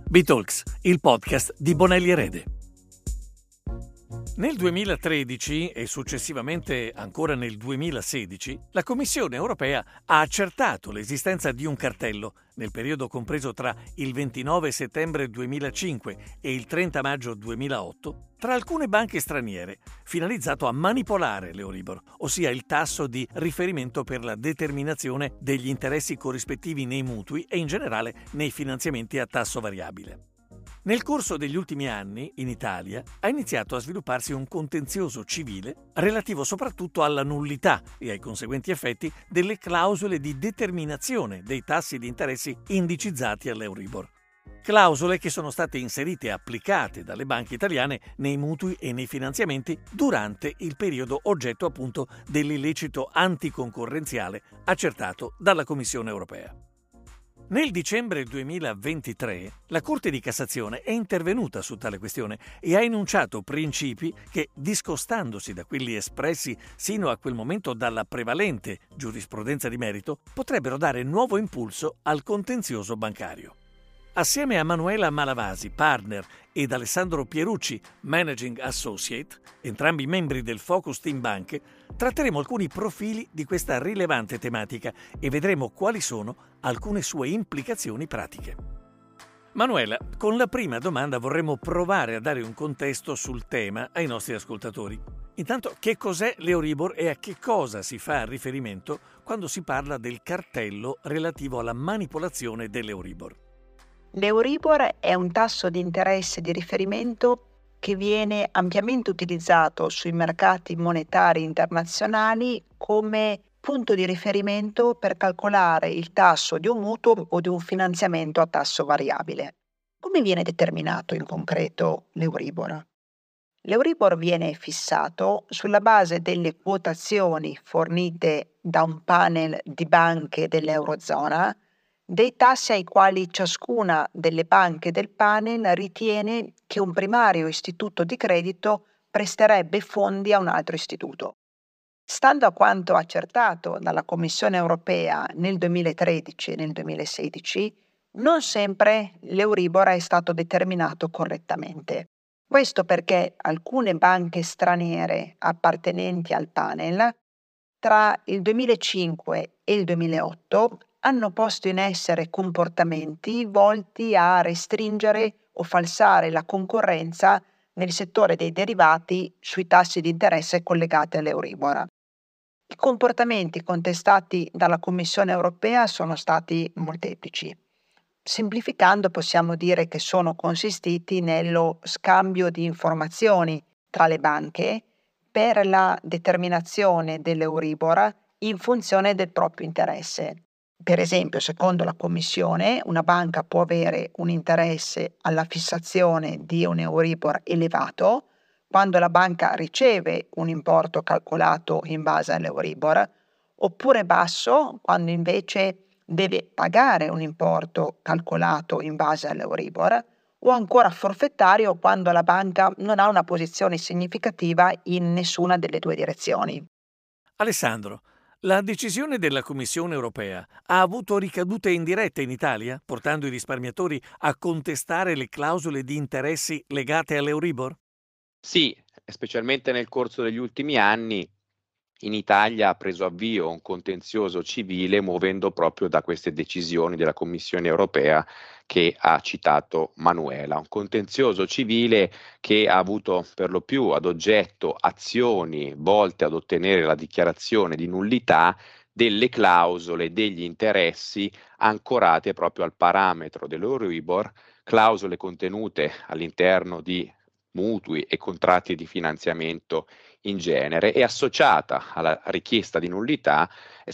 B-Talks, il podcast di Bonelli Erede. Nel 2013 e successivamente ancora nel 2016, la Commissione europea ha accertato l'esistenza di un cartello nel periodo compreso tra il 29 settembre 2005 e il 30 maggio 2008 tra alcune banche straniere, finalizzato a manipolare l'Euribor, ossia il tasso di riferimento per la determinazione degli interessi corrispettivi nei mutui e in generale nei finanziamenti a tasso variabile. Nel corso degli ultimi anni, in Italia, ha iniziato a svilupparsi un contenzioso civile relativo soprattutto alla nullità e ai conseguenti effetti delle clausole di determinazione dei tassi di interessi indicizzati all'Euribor. Clausole che sono state inserite e applicate dalle banche italiane nei mutui e nei finanziamenti durante il periodo oggetto appunto dell'illecito anticoncorrenziale accertato dalla Commissione europea. Nel dicembre 2023 la Corte di Cassazione è intervenuta su tale questione e ha enunciato principi che, discostandosi da quelli espressi sino a quel momento dalla prevalente giurisprudenza di merito, potrebbero dare nuovo impulso al contenzioso bancario. Assieme a Manuela Malavasi, partner, ed Alessandro Pierucci, managing associate, entrambi membri del Focus Team Banche, tratteremo alcuni profili di questa rilevante tematica e vedremo quali sono alcune sue implicazioni pratiche. Manuela, con la prima domanda vorremmo provare a dare un contesto sul tema ai nostri ascoltatori. Intanto, che cos'è l'Euribor e a che cosa si fa riferimento quando si parla del cartello relativo alla manipolazione dell'Euribor? L'Euribor è un tasso di interesse di riferimento che viene ampiamente utilizzato sui mercati monetari internazionali come punto di riferimento per calcolare il tasso di un mutuo o di un finanziamento a tasso variabile. Come viene determinato in concreto l'Euribor? L'Euribor viene fissato sulla base delle quotazioni fornite da un panel di banche dell'Eurozona dei tassi ai quali ciascuna delle banche del panel ritiene che un primario istituto di credito presterebbe fondi a un altro istituto. Stando a quanto accertato dalla Commissione europea nel 2013 e nel 2016, non sempre l'Euribor è stato determinato correttamente. Questo perché alcune banche straniere appartenenti al panel tra il 2005 e il 2008 hanno posto in essere comportamenti volti a restringere o falsare la concorrenza nel settore dei derivati sui tassi di interesse collegati all'Euribor. I comportamenti contestati dalla Commissione europea sono stati molteplici. Semplificando, possiamo dire che sono consistiti nello scambio di informazioni tra le banche per la determinazione dell'Euribor in funzione del proprio interesse. Per esempio, secondo la Commissione, una banca può avere un interesse alla fissazione di un Euribor elevato quando la banca riceve un importo calcolato in base all'Euribor, oppure basso quando invece deve pagare un importo calcolato in base all'Euribor, o ancora forfettario quando la banca non ha una posizione significativa in nessuna delle due direzioni. Alessandro, la decisione della Commissione europea ha avuto ricadute indirette in Italia, portando i risparmiatori a contestare le clausole di interessi legate all'Euribor? Sì, specialmente nel corso degli ultimi anni in Italia ha preso avvio un contenzioso civile muovendo proprio da queste decisioni della Commissione europea che ha citato Manuela. Un contenzioso civile che ha avuto per lo più ad oggetto azioni volte ad ottenere la dichiarazione di nullità delle clausole degli interessi ancorate proprio al parametro dell'Euribor, clausole contenute all'interno di mutui e contratti di finanziamento in genere, e associata alla richiesta di nullità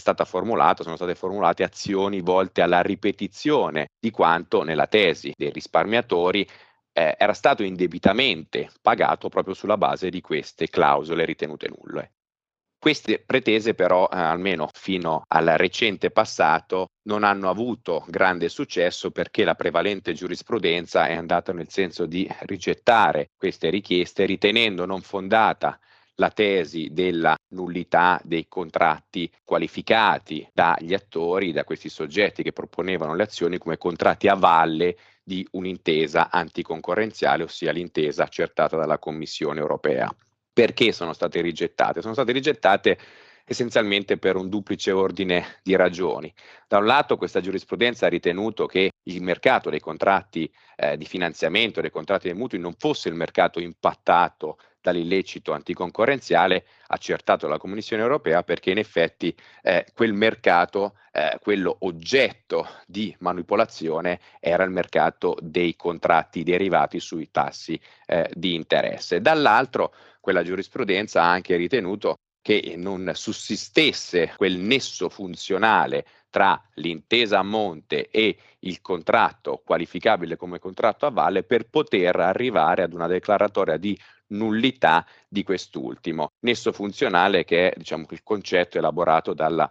sono state formulate azioni volte alla ripetizione di quanto nella tesi dei risparmiatori era stato indebitamente pagato proprio sulla base di queste clausole ritenute nulle. Queste pretese però, almeno fino al recente passato, non hanno avuto grande successo perché la prevalente giurisprudenza è andata nel senso di rigettare queste richieste, ritenendo non fondata la tesi della nullità dei contratti qualificati dagli attori, da questi soggetti che proponevano le azioni come contratti a valle di un'intesa anticoncorrenziale, ossia l'intesa accertata dalla Commissione europea. Perché sono state rigettate? Sono state rigettate essenzialmente per un duplice ordine di ragioni. Da un lato questa giurisprudenza ha ritenuto che il mercato dei contratti di finanziamento, dei contratti dei mutui non fosse il mercato impattato dall'illecito anticoncorrenziale accertato dalla Commissione europea, perché in effetti quel mercato, quello oggetto di manipolazione, era il mercato dei contratti derivati sui tassi di interesse. Dall'altro quella giurisprudenza ha anche ritenuto che non sussistesse quel nesso funzionale tra l'intesa a monte e il contratto qualificabile come contratto a valle per poter arrivare ad una declaratoria di nullità di quest'ultimo. Nesso funzionale che è, diciamo, il concetto elaborato dalla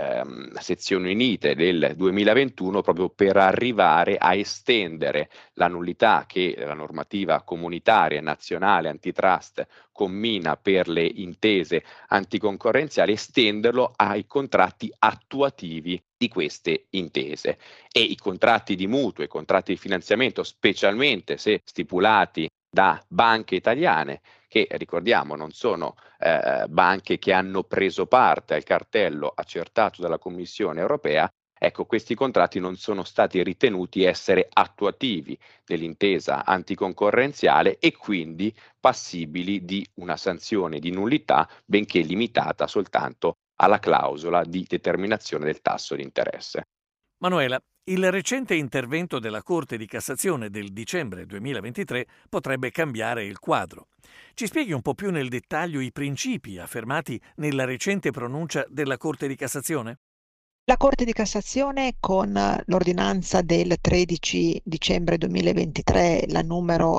sezione unite del 2021 proprio per arrivare a estendere la nullità che la normativa comunitaria e nazionale antitrust commina per le intese anticoncorrenziali, estenderlo ai contratti attuativi di queste intese. E i contratti di mutuo, i contratti di finanziamento, specialmente se stipulati da banche italiane, che ricordiamo non sono banche che hanno preso parte al cartello accertato dalla Commissione europea, ecco, questi contratti non sono stati ritenuti essere attuativi dell'intesa anticoncorrenziale e quindi passibili di una sanzione di nullità, benché limitata soltanto alla clausola di determinazione del tasso di interesse. Manuela, il recente intervento della Corte di Cassazione del dicembre 2023 potrebbe cambiare il quadro. Ci spieghi un po' più nel dettaglio i principi affermati nella recente pronuncia della Corte di Cassazione? La Corte di Cassazione, con l'ordinanza del 13 dicembre 2023, la numero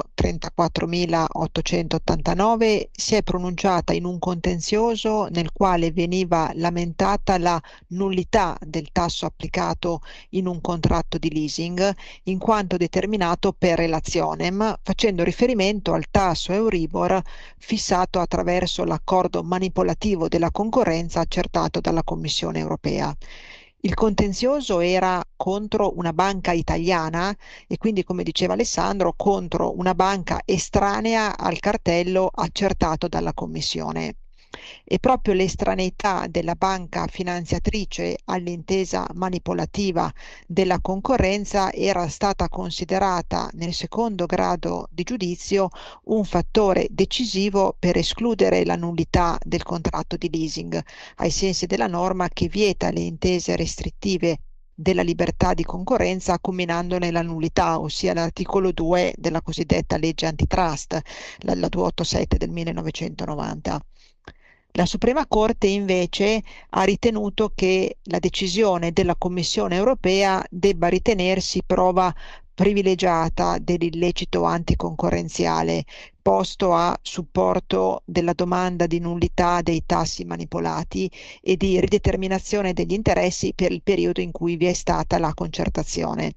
34.889, si è pronunciata in un contenzioso nel quale veniva lamentata la nullità del tasso applicato in un contratto di leasing, in quanto determinato per relazionem, facendo riferimento al tasso Euribor fissato attraverso l'accordo manipolativo della concorrenza accertato dalla Commissione europea. Il contenzioso era contro una banca italiana e quindi, come diceva Alessandro, contro una banca estranea al cartello accertato dalla Commissione. E proprio l'estraneità della banca finanziatrice all'intesa manipolativa della concorrenza era stata considerata nel secondo grado di giudizio un fattore decisivo per escludere la nullità del contratto di leasing, ai sensi della norma che vieta le intese restrittive della libertà di concorrenza combinandone la nullità, ossia l'articolo 2 della cosiddetta legge antitrust, la 287 del 1990. La Suprema Corte invece ha ritenuto che la decisione della Commissione europea debba ritenersi prova privilegiata dell'illecito anticoncorrenziale posto a supporto della domanda di nullità dei tassi manipolati e di rideterminazione degli interessi per il periodo in cui vi è stata la concertazione.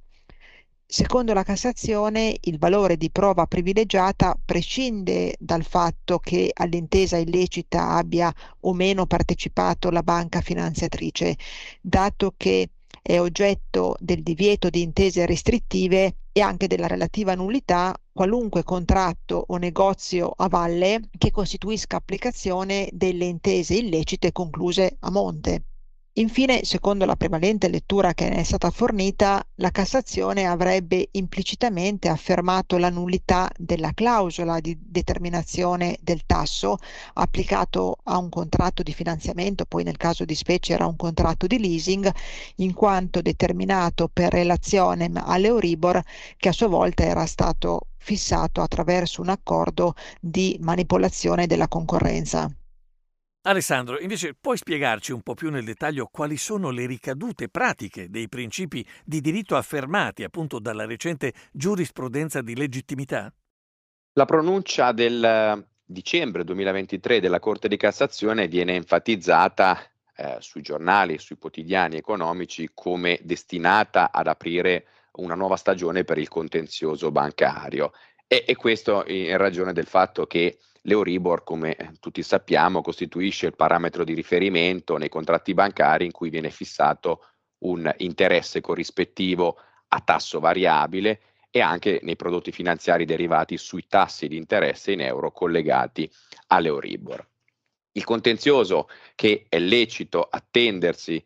Secondo la Cassazione, il valore di prova privilegiata prescinde dal fatto che all'intesa illecita abbia o meno partecipato la banca finanziatrice, dato che è oggetto del divieto di intese restrittive e anche della relativa nullità qualunque contratto o negozio a valle che costituisca applicazione delle intese illecite concluse a monte. Infine, secondo la prevalente lettura che ne è stata fornita, la Cassazione avrebbe implicitamente affermato la nullità della clausola di determinazione del tasso applicato a un contratto di finanziamento, poi nel caso di specie era un contratto di leasing, in quanto determinato per relazione all'Euribor, che a sua volta era stato fissato attraverso un accordo di manipolazione della concorrenza. Alessandro, invece puoi spiegarci un po' più nel dettaglio quali sono le ricadute pratiche dei principi di diritto affermati appunto dalla recente giurisprudenza di legittimità? La pronuncia del dicembre 2023 della Corte di Cassazione viene enfatizzata sui giornali, sui quotidiani economici come destinata ad aprire una nuova stagione per il contenzioso bancario e questo in ragione del fatto che l'Euribor, come tutti sappiamo, costituisce il parametro di riferimento nei contratti bancari in cui viene fissato un interesse corrispettivo a tasso variabile e anche nei prodotti finanziari derivati sui tassi di interesse in euro collegati all'Euribor. Il contenzioso, che è lecito attendersi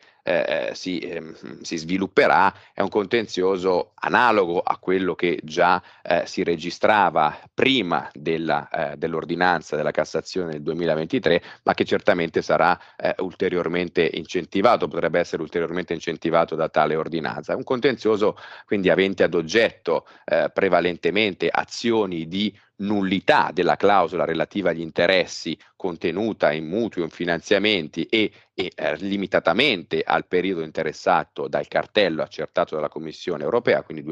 si svilupperà, è un contenzioso analogo a quello che già si registrava prima dell'ordinanza della Cassazione del 2023, ma che certamente sarà ulteriormente incentivato, potrebbe essere ulteriormente incentivato da tale ordinanza. Un contenzioso quindi avente ad oggetto prevalentemente azioni di nullità della clausola relativa agli interessi contenuta in mutui o in finanziamenti e limitatamente al periodo interessato dal cartello accertato dalla Commissione europea, quindi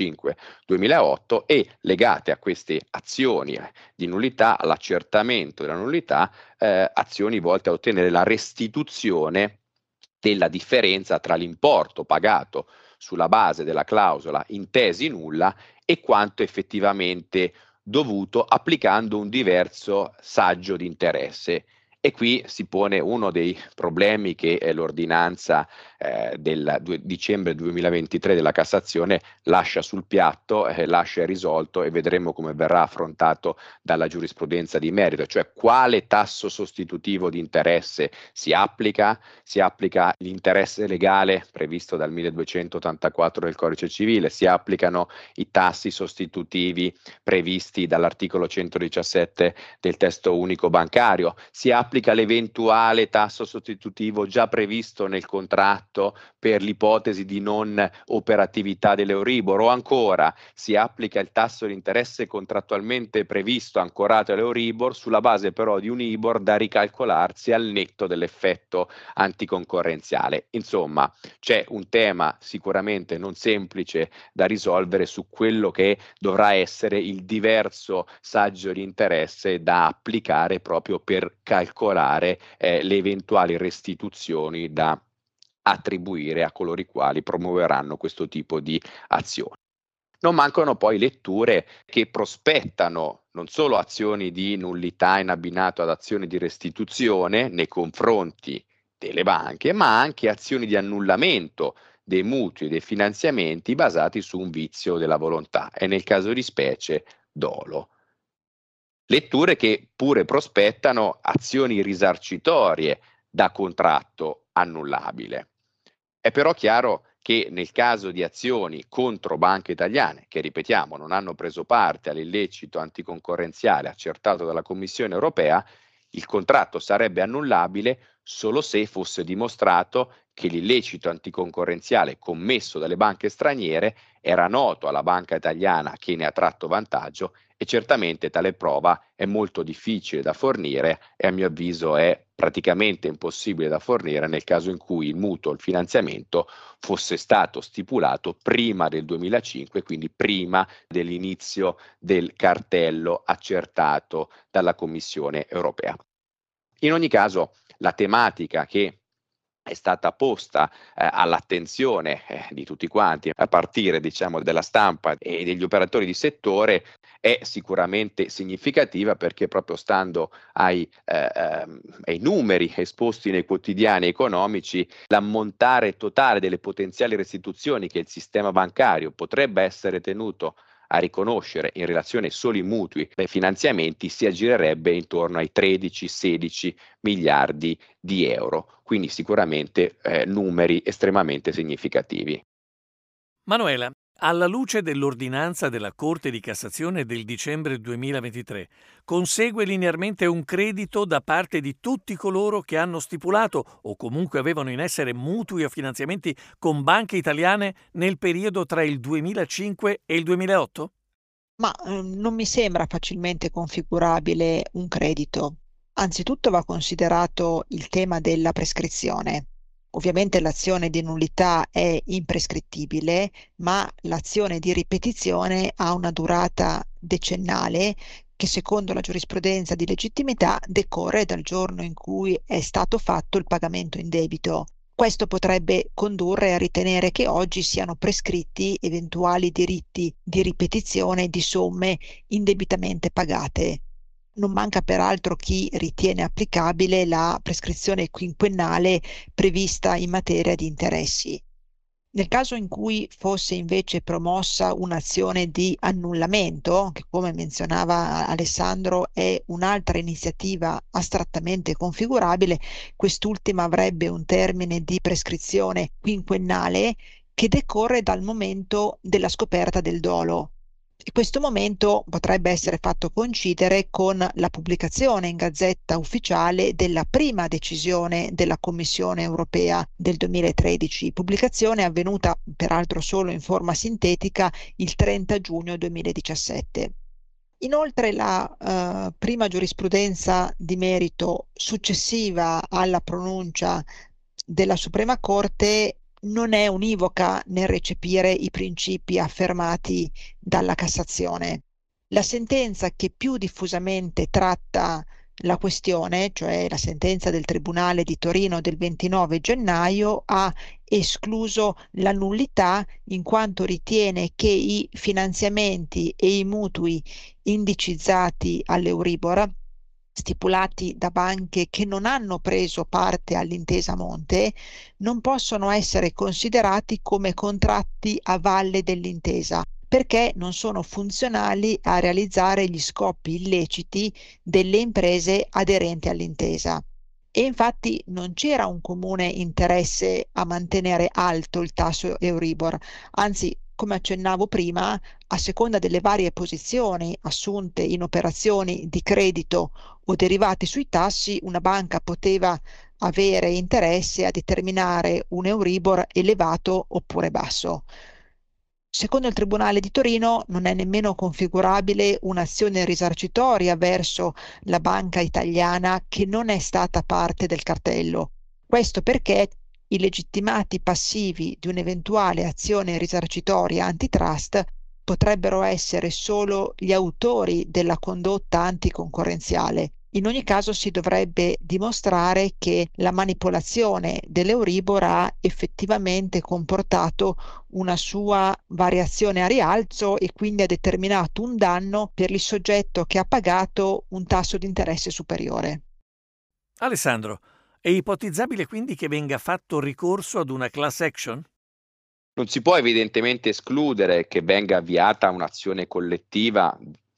2005-2008, e legate a queste azioni di nullità, all'accertamento della nullità, azioni volte a ottenere la restituzione della differenza tra l'importo pagato sulla base della clausola in tesi nulla e quanto effettivamente dovuto applicando un diverso saggio di interesse. E qui si pone uno dei problemi che l'ordinanza del dicembre 2023 della Cassazione lascia sul piatto, lascia irrisolto, e vedremo come verrà affrontato dalla giurisprudenza di merito, cioè quale tasso sostitutivo di interesse si applica. Si applica l'interesse legale previsto dal 1284 del Codice Civile, si applicano i tassi sostitutivi previsti dall'articolo 117 del testo unico bancario, si applica l'eventuale tasso sostitutivo già previsto nel contratto per l'ipotesi di non operatività dell'Euribor, o ancora si applica il tasso di interesse contrattualmente previsto ancorato all'Euribor sulla base però di un IBOR da ricalcolarsi al netto dell'effetto anticoncorrenziale. Insomma, c'è un tema sicuramente non semplice da risolvere su quello che dovrà essere il diverso saggio di interesse da applicare proprio per calcolare le eventuali restituzioni da attribuire a coloro i quali promuoveranno questo tipo di azioni. Non mancano poi letture che prospettano non solo azioni di nullità in abbinato ad azioni di restituzione nei confronti delle banche, ma anche azioni di annullamento dei mutui e dei finanziamenti basati su un vizio della volontà, e nel caso di specie dolo. Letture che pure prospettano azioni risarcitorie da contratto annullabile. È però chiaro che nel caso di azioni contro banche italiane, che ripetiamo non hanno preso parte all'illecito anticoncorrenziale accertato dalla Commissione europea, il contratto sarebbe annullabile solo se fosse dimostrato che l'illecito anticoncorrenziale commesso dalle banche straniere era noto alla banca italiana che ne ha tratto vantaggio, e certamente tale prova è molto difficile da fornire e a mio avviso è praticamente impossibile da fornire nel caso in cui il mutuo, il finanziamento, fosse stato stipulato prima del 2005, quindi prima dell'inizio del cartello accertato dalla Commissione europea. In ogni caso, la tematica che è stata posta all'attenzione di tutti quanti, a partire della stampa e degli operatori di settore, è sicuramente significativa, perché proprio stando ai numeri esposti nei quotidiani economici, l'ammontare totale delle potenziali restituzioni che il sistema bancario potrebbe essere tenuto a riconoscere in relazione solo ai mutui e ai finanziamenti si aggirerebbe intorno ai 13-16 miliardi di euro, quindi sicuramente numeri estremamente significativi. Manuela, alla luce dell'ordinanza della Corte di Cassazione del dicembre 2023, consegue linearmente un credito da parte di tutti coloro che hanno stipulato o comunque avevano in essere mutui o finanziamenti con banche italiane nel periodo tra il 2005 e il 2008? Ma non mi sembra facilmente configurabile un credito. Anzitutto va considerato il tema della prescrizione. Ovviamente l'azione di nullità è imprescrittibile, ma l'azione di ripetizione ha una durata decennale che, secondo la giurisprudenza di legittimità, decorre dal giorno in cui è stato fatto il pagamento in debito. Questo potrebbe condurre a ritenere che oggi siano prescritti eventuali diritti di ripetizione di somme indebitamente pagate. Non manca peraltro chi ritiene applicabile la prescrizione quinquennale prevista in materia di interessi. Nel caso in cui fosse invece promossa un'azione di annullamento, che come menzionava Alessandro è un'altra iniziativa astrattamente configurabile, quest'ultima avrebbe un termine di prescrizione quinquennale che decorre dal momento della scoperta del dolo. E questo momento potrebbe essere fatto coincidere con la pubblicazione in Gazzetta Ufficiale della prima decisione della Commissione europea del 2013, pubblicazione avvenuta peraltro solo in forma sintetica il 30 giugno 2017. Inoltre la prima giurisprudenza di merito successiva alla pronuncia della Suprema Corte non è univoca nel recepire i principi affermati dalla Cassazione. La sentenza che più diffusamente tratta la questione, cioè la sentenza del Tribunale di Torino del 29 gennaio, ha escluso la nullità in quanto ritiene che i finanziamenti e i mutui indicizzati all'Euribor stipulati da banche che non hanno preso parte all'intesa Monte non possono essere considerati come contratti a valle dell'intesa perché non sono funzionali a realizzare gli scopi illeciti delle imprese aderenti all'intesa. E infatti non c'era un comune interesse a mantenere alto il tasso Euribor, anzi, come accennavo prima, a seconda delle varie posizioni assunte in operazioni di credito o derivati sui tassi, una banca poteva avere interesse a determinare un Euribor elevato oppure basso. Secondo il Tribunale di Torino non è nemmeno configurabile un'azione risarcitoria verso la banca italiana che non è stata parte del cartello. Questo perché i legittimati passivi di un'eventuale azione risarcitoria antitrust potrebbero essere solo gli autori della condotta anticoncorrenziale. In ogni caso si dovrebbe dimostrare che la manipolazione dell'Euribor ha effettivamente comportato una sua variazione a rialzo e quindi ha determinato un danno per il soggetto che ha pagato un tasso di interesse superiore. Alessandro, è ipotizzabile quindi che venga fatto ricorso ad una class action? Non si può evidentemente escludere che venga avviata un'azione collettiva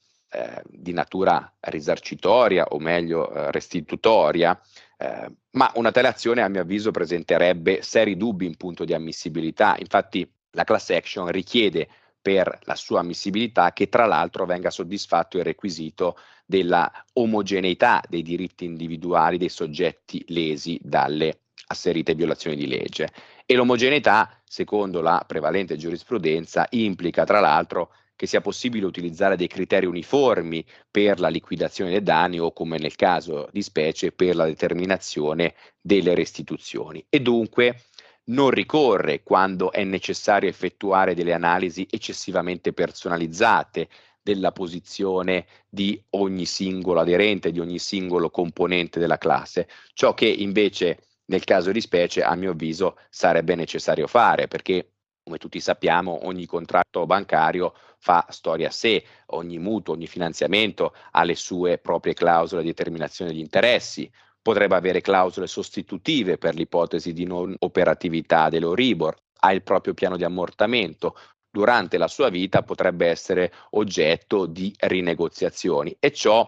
di natura risarcitoria o meglio restitutoria, ma una tale azione a mio avviso presenterebbe seri dubbi in punto di ammissibilità. Infatti la class action richiede per la sua ammissibilità che tra l'altro venga soddisfatto il requisito della omogeneità dei diritti individuali dei soggetti lesi dalle asserite violazioni di legge. E l'omogeneità, secondo la prevalente giurisprudenza, implica tra l'altro che sia possibile utilizzare dei criteri uniformi per la liquidazione dei danni o, come nel caso di specie, per la determinazione delle restituzioni. E dunque non ricorre quando è necessario effettuare delle analisi eccessivamente personalizzate della posizione di ogni singolo aderente, di ogni singolo componente della classe, ciò che invece nel caso di specie a mio avviso sarebbe necessario fare, perché come tutti sappiamo ogni contratto bancario fa storia a sé, ogni mutuo, ogni finanziamento ha le sue proprie clausole di determinazione degli interessi, potrebbe avere clausole sostitutive per l'ipotesi di non operatività dell'Euribor, ha il proprio piano di ammortamento, durante la sua vita potrebbe essere oggetto di rinegoziazioni e ciò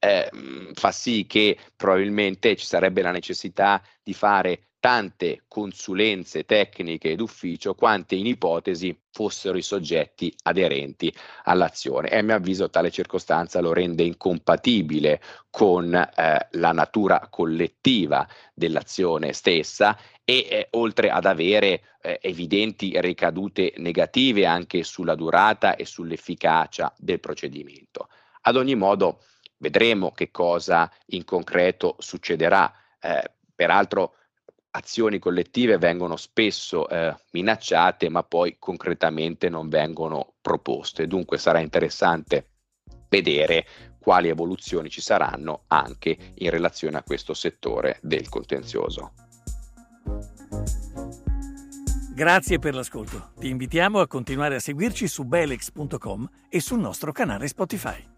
fa sì che probabilmente ci sarebbe la necessità di fare tante consulenze tecniche d'ufficio quante in ipotesi fossero i soggetti aderenti all'azione e a mio avviso tale circostanza lo rende incompatibile con la natura collettiva dell'azione stessa e oltre ad avere evidenti ricadute negative anche sulla durata e sull'efficacia del procedimento. Ad ogni modo vedremo che cosa in concreto succederà. Peraltro azioni collettive vengono spesso minacciate, ma poi concretamente non vengono proposte. Dunque sarà interessante vedere quali evoluzioni ci saranno anche in relazione a questo settore del contenzioso. Grazie per l'ascolto. Ti invitiamo a continuare a seguirci su belex.com e sul nostro canale Spotify.